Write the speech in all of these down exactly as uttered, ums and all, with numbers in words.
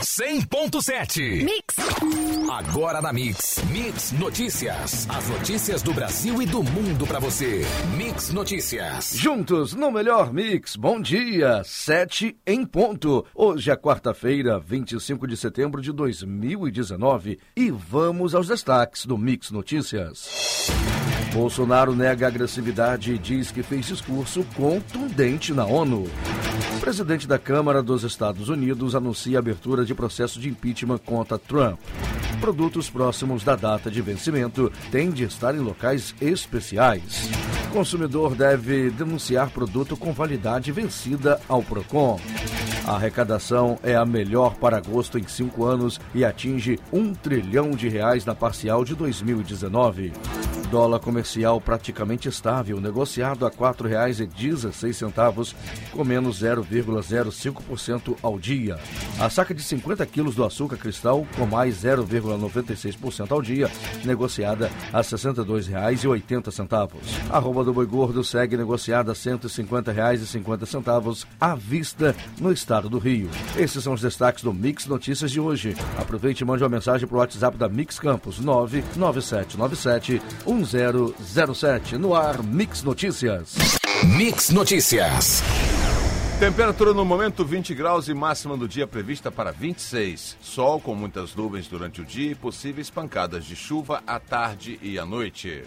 cem ponto sete. Mix. Agora na Mix. Mix Notícias. As notícias do Brasil e do mundo pra você. Mix Notícias. Juntos no melhor Mix. Bom dia. Sete em ponto. Hoje é quarta-feira, vinte e cinco de setembro de dois mil e dezenove. E vamos aos destaques do Mix Notícias. Bolsonaro nega agressividade e diz que fez discurso contundente na ONU. O presidente da Câmara dos Estados Unidos anuncia a abertura de processo de impeachment contra Trump. Produtos próximos da data de vencimento têm de estar em locais especiais. O consumidor deve denunciar produto com validade vencida ao Procon. A arrecadação é a melhor para agosto em cinco anos e atinge um trilhão de reais na parcial de dois mil e dezenove. Dólar comercial praticamente estável, negociado a quatro reais e dezesseis centavos, com menos zero vírgula zero cinco por cento ao dia. A saca de cinquenta quilos do açúcar cristal, com mais zero vírgula noventa e seis por cento ao dia, negociada a sessenta e dois reais e oitenta centavos. A arroba do boi gordo segue negociada a cento e cinquenta reais e cinquenta centavos à vista no estado do Rio. Esses são os destaques do Mix Notícias de hoje. Aproveite e mande uma mensagem para o WhatsApp da Mix Campos, nove nove sete nove sete um zero zero sete. No ar, Mix Notícias. Mix Notícias. Temperatura no momento vinte graus e máxima do dia prevista para vinte e seis. Sol com muitas nuvens durante o dia e possíveis pancadas de chuva à tarde e à noite.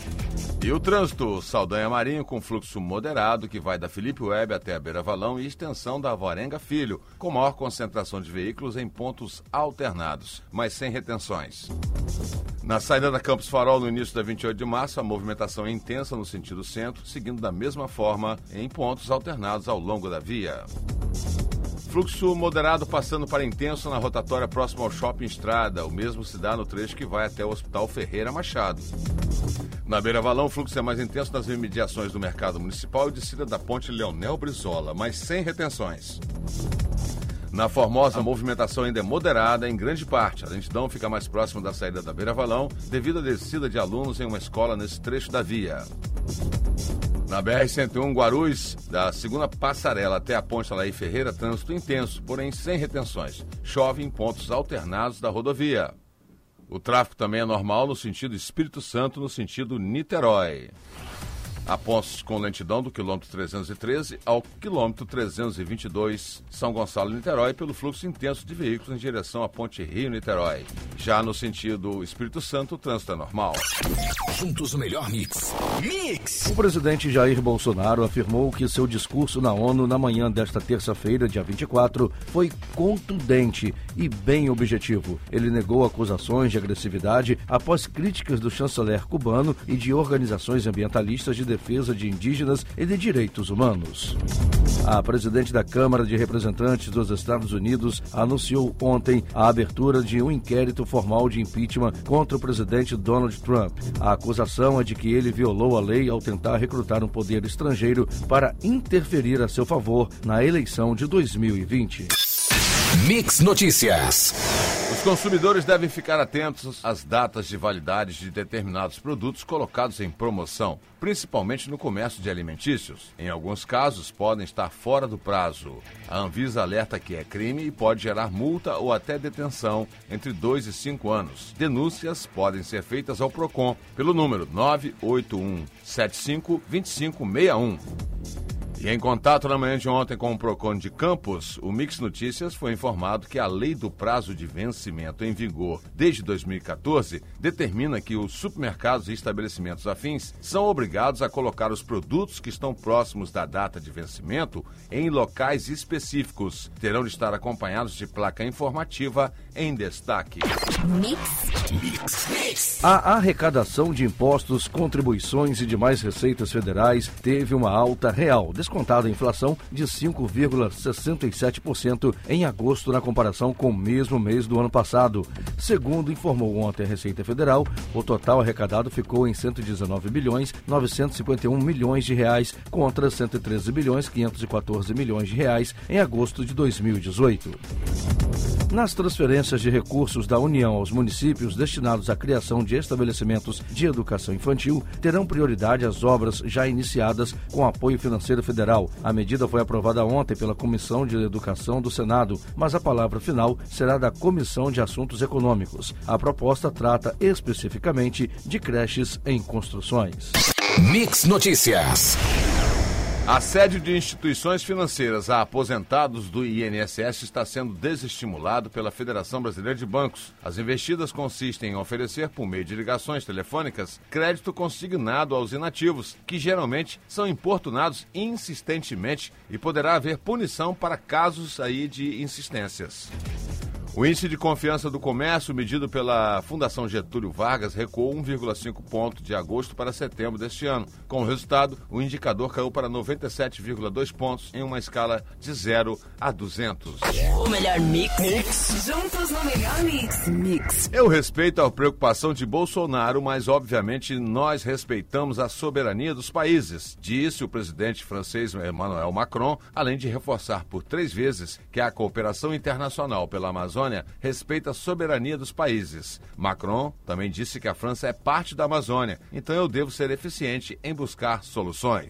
E o trânsito, Saldanha Marinho com fluxo moderado que vai da Felipe Web até a Beira Valão e extensão da Alvarenga Filho, com maior concentração de veículos em pontos alternados, mas sem retenções. Na saída da Campos Farol, no início da vinte e oito de março, a movimentação é intensa no sentido centro, seguindo da mesma forma em pontos alternados ao longo da via. Fluxo moderado passando para intenso na rotatória próximo ao Shopping Estrada. O mesmo se dá no trecho que vai até o Hospital Ferreira Machado. Na Beira Valão, o fluxo é mais intenso nas imediações do Mercado Municipal e descida da Ponte Leonel Brizola, mas sem retenções. Na Formosa, a movimentação ainda é moderada em grande parte. A lentidão fica mais próxima da saída da Beira Valão devido à descida de alunos em uma escola nesse trecho da via. Na B R cento e um, Guarulhos, da segunda passarela até a Ponte Alaí Ferreira, trânsito intenso, porém sem retenções. Chove em pontos alternados da rodovia. O tráfego também é normal no sentido Espírito Santo, no sentido Niterói. Há pontos com lentidão do quilômetro trezentos e treze ao quilômetro trezentos e vinte e dois, São Gonçalo-Niterói, pelo fluxo intenso de veículos em direção à Ponte Rio-Niterói. Já no sentido Espírito Santo, o trânsito é normal. Juntos o melhor mix. Mix! O presidente Jair Bolsonaro afirmou que seu discurso na ONU na manhã desta terça-feira, dia vinte e quatro, foi contundente e bem objetivo. Ele negou acusações de agressividade após críticas do chanceler cubano e de organizações ambientalistas de defesa de indígenas e de direitos humanos. A presidente da Câmara de Representantes dos Estados Unidos anunciou ontem a abertura de um inquérito formal de impeachment contra o presidente Donald Trump. A acusação é de que ele violou a lei ao tentar recrutar um poder estrangeiro para interferir a seu favor na eleição de dois mil e vinte. Mix Notícias. Os consumidores devem ficar atentos às datas de validade de determinados produtos colocados em promoção, principalmente no comércio de alimentícios. Em alguns casos, podem estar fora do prazo. A Anvisa alerta que é crime e pode gerar multa ou até detenção entre dois e cinco anos. Denúncias podem ser feitas ao Procon pelo número nove oito um sete cinco dois cinco seis um. E em contato na manhã de ontem com o Procon de Campos, o Mix Notícias foi informado que a lei do prazo de vencimento em vigor desde dois mil e quatorze determina que os supermercados e estabelecimentos afins são obrigados a colocar os produtos que estão próximos da data de vencimento em locais específicos. Terão de estar acompanhados de placa informativa em destaque. Mix. Mix. Mix. A arrecadação de impostos, contribuições e demais receitas federais teve uma alta real, descontada a inflação de cinco vírgula sessenta e sete por cento em agosto na comparação com o mesmo mês do ano passado. Segundo informou ontem a Receita Federal, o total arrecadado ficou em cento e dezenove bilhões novecentos e cinquenta e um milhões de reais contra cento e treze bilhões quinhentos e quatorze milhões de reais em agosto de dois mil e dezoito. Nas transferências de recursos da União aos municípios destinados à criação de estabelecimentos de educação infantil, terão prioridade as obras já iniciadas com apoio financeiro federal. A medida foi aprovada ontem pela Comissão de Educação do Senado, mas a palavra final será da Comissão de Assuntos Econômicos. A proposta trata especificamente de creches em construções. Mix Notícias. Assédio de instituições financeiras a aposentados do I N S S está sendo desestimulado pela Federação Brasileira de Bancos. As investidas consistem em oferecer, por meio de ligações telefônicas, crédito consignado aos inativos, que geralmente são importunados insistentemente e poderá haver punição para casos aí de insistências. O índice de confiança do comércio, medido pela Fundação Getúlio Vargas, recuou um vírgula cinco ponto de agosto para setembro deste ano. Com o resultado, o indicador caiu para noventa e sete vírgula dois pontos em uma escala de zero a duzentos. O melhor mix. mix. Juntos no melhor mix. Mix. Eu respeito a preocupação de Bolsonaro, mas obviamente nós respeitamos a soberania dos países, disse o presidente francês Emmanuel Macron, além de reforçar por três vezes que a cooperação internacional pela Amazônia respeita a soberania dos países. Macron também disse que a França é parte da Amazônia, então eu devo ser eficiente em buscar soluções.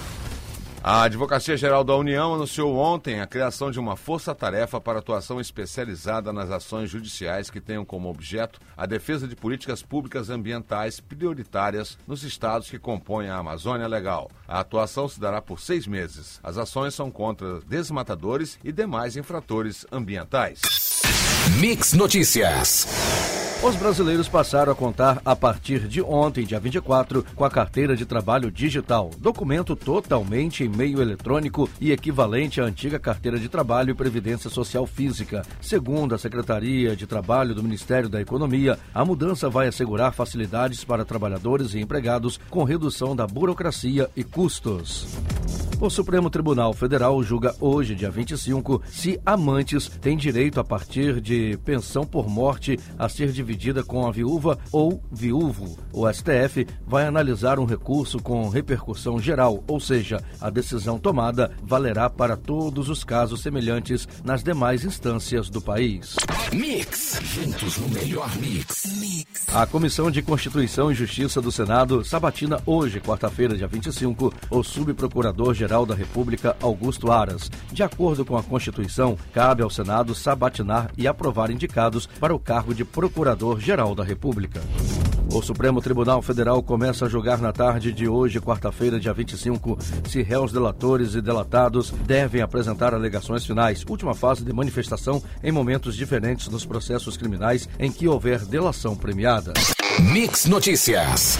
A Advocacia Geral da União anunciou ontem a criação de uma força-tarefa para atuação especializada nas ações judiciais que tenham como objeto a defesa de políticas públicas ambientais prioritárias nos estados que compõem a Amazônia Legal. A atuação se dará por seis meses. As ações são contra desmatadores e demais infratores ambientais. Mix Notícias. Os brasileiros passaram a contar a partir de ontem, dia vinte e quatro, com a carteira de trabalho digital, documento totalmente em meio eletrônico e equivalente à antiga carteira de trabalho e previdência social física. Segundo a Secretaria de Trabalho do Ministério da Economia, a mudança vai assegurar facilidades para trabalhadores e empregados com redução da burocracia e custos. O Supremo Tribunal Federal julga hoje, dia vinte e cinco, se amantes têm direito a partir de pensão por morte a ser dividida com a viúva ou viúvo. O S T F vai analisar um recurso com repercussão geral, ou seja, a decisão tomada valerá para todos os casos semelhantes nas demais instâncias do país. Mix, juntos no melhor mix. Mix. A Comissão de Constituição e Justiça do Senado sabatina hoje, quarta-feira, dia vinte e cinco, o subprocurador-geral da República, Augusto Aras. De acordo com a Constituição, cabe ao Senado sabatinar e aprovar indicados para o cargo de Procurador-Geral da República. O Supremo Tribunal Federal começa a julgar na tarde de hoje, quarta-feira, dia vinte e cinco, se réus delatores e delatados devem apresentar alegações finais, última fase de manifestação em momentos diferentes nos processos criminais em que houver delação premiada. Mix Notícias.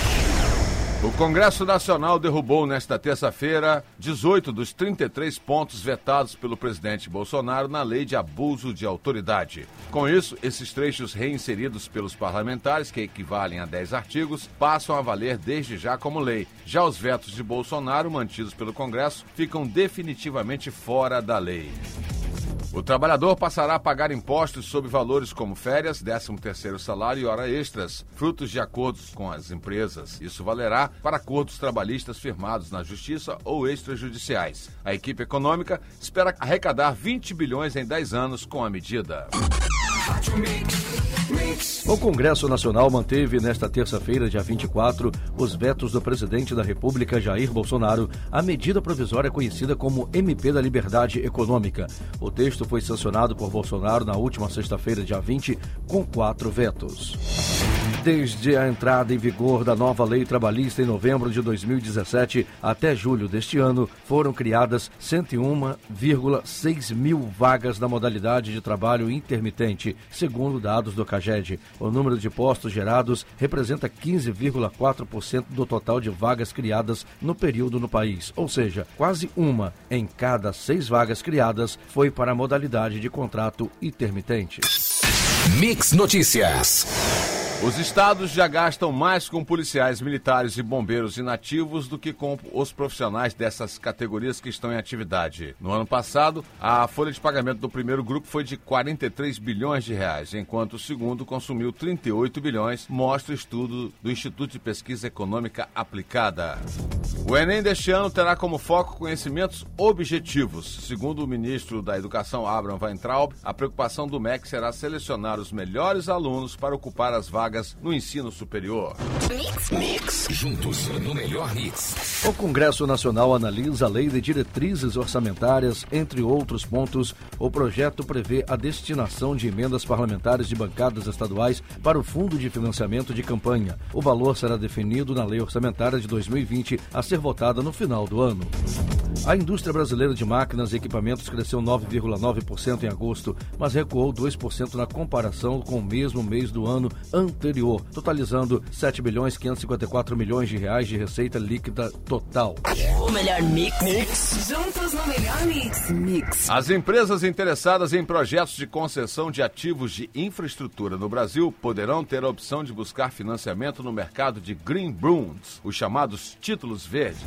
O Congresso Nacional derrubou nesta terça-feira dezoito dos trinta e três pontos vetados pelo presidente Bolsonaro na lei de abuso de autoridade. Com isso, esses trechos reinseridos pelos parlamentares, que equivalem a dez artigos, passam a valer desde já como lei. Já os vetos de Bolsonaro, mantidos pelo Congresso, ficam definitivamente fora da lei. O trabalhador passará a pagar impostos sobre valores como férias, décimo terceiro salário e hora extras, frutos de acordos com as empresas. Isso valerá para acordos trabalhistas firmados na Justiça ou extrajudiciais. A equipe econômica espera arrecadar vinte bilhões em dez anos com a medida. O Congresso Nacional manteve nesta terça-feira, dia vinte e quatro, os vetos do presidente da República, Jair Bolsonaro, à medida provisória conhecida como M P da Liberdade Econômica. O texto foi sancionado por Bolsonaro na última sexta-feira, dia vinte, com quatro vetos. Desde a entrada em vigor da nova lei trabalhista em novembro de dois mil e dezessete até julho deste ano, foram criadas cento e um vírgula seis mil vagas na modalidade de trabalho intermitente, segundo dados do CAGED. O número de postos gerados representa quinze vírgula quatro por cento do total de vagas criadas no período no país, ou seja, quase uma em cada seis vagas criadas foi para a modalidade de contrato intermitente. Mix Notícias. Os estados já gastam mais com policiais, militares e bombeiros inativos do que com os profissionais dessas categorias que estão em atividade. No ano passado, a folha de pagamento do primeiro grupo foi de quarenta e três bilhões de reais, enquanto o segundo consumiu trinta e oito bilhões, mostra o estudo do Instituto de Pesquisa Econômica Aplicada. O Enem deste ano terá como foco conhecimentos objetivos. Segundo o ministro da Educação, Abraham Weintraub, a preocupação do M E C será selecionar os melhores alunos para ocupar as vagas no ensino superior. Mix, mix, juntos no melhor mix. O Congresso Nacional analisa a Lei de Diretrizes Orçamentárias, entre outros pontos. O projeto prevê a destinação de emendas parlamentares de bancadas estaduais para o Fundo de Financiamento de Campanha. O valor será definido na Lei Orçamentária de dois mil e vinte, a ser votada no final do ano. A indústria brasileira de máquinas e equipamentos cresceu nove vírgula nove por cento em agosto, mas recuou dois por cento na comparação com o mesmo mês do ano anterior, totalizando sete bilhões quinhentos e cinquenta e quatro milhões de reais de receita líquida total. O melhor mix. mix. Juntos no melhor mix. Mix. As empresas interessadas em projetos de concessão de ativos de infraestrutura no Brasil poderão ter a opção de buscar financiamento no mercado de Green Bonds, os chamados títulos verdes.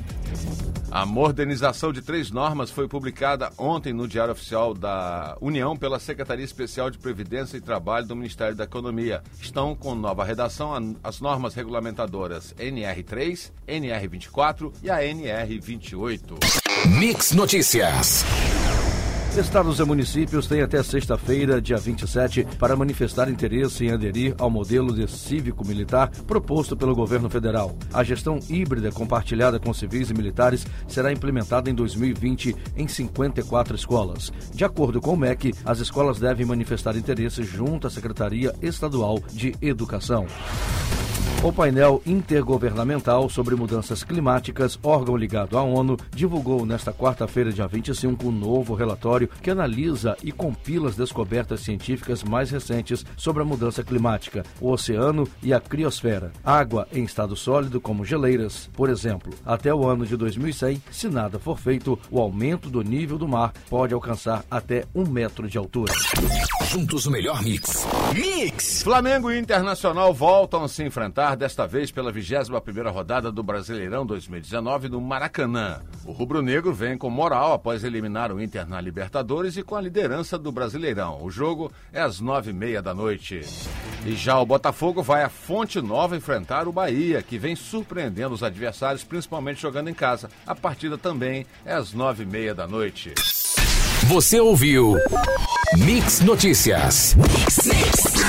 A modernização de três normas foi publicada ontem no Diário Oficial da União pela Secretaria Especial de Previdência e Trabalho do Ministério da Economia. Estão com nova redação as normas regulamentadoras N R três, N R vinte e quatro e a N R vinte e oito. Mix Notícias. Estados e municípios têm até sexta-feira, dia vinte e sete, para manifestar interesse em aderir ao modelo de cívico-militar proposto pelo governo federal. A gestão híbrida compartilhada com civis e militares será implementada em dois mil e vinte em cinquenta e quatro escolas. De acordo com o M E C, as escolas devem manifestar interesse junto à Secretaria Estadual de Educação. O painel intergovernamental sobre mudanças climáticas, órgão ligado à ONU, divulgou nesta quarta-feira, dia vinte e cinco, um novo relatório que analisa e compila as descobertas científicas mais recentes sobre a mudança climática, o oceano e a criosfera, água em estado sólido como geleiras, por exemplo. Até o ano de dois mil e cem, se nada for feito, o aumento do nível do mar pode alcançar até um metro de altura. Juntos o melhor mix. Mix! Flamengo e Internacional voltam a se enfrentar, desta vez pela vigésima primeira rodada do Brasileirão dois mil e dezenove no Maracanã. O rubro-negro vem com moral após eliminar o Inter na Libertadores e com a liderança do Brasileirão. O jogo é às nove e meia da noite. E já o Botafogo vai à Fonte Nova enfrentar o Bahia, que vem surpreendendo os adversários, principalmente jogando em casa. A partida também é às nove e meia da noite. Você ouviu Mix Notícias. Mix, mix.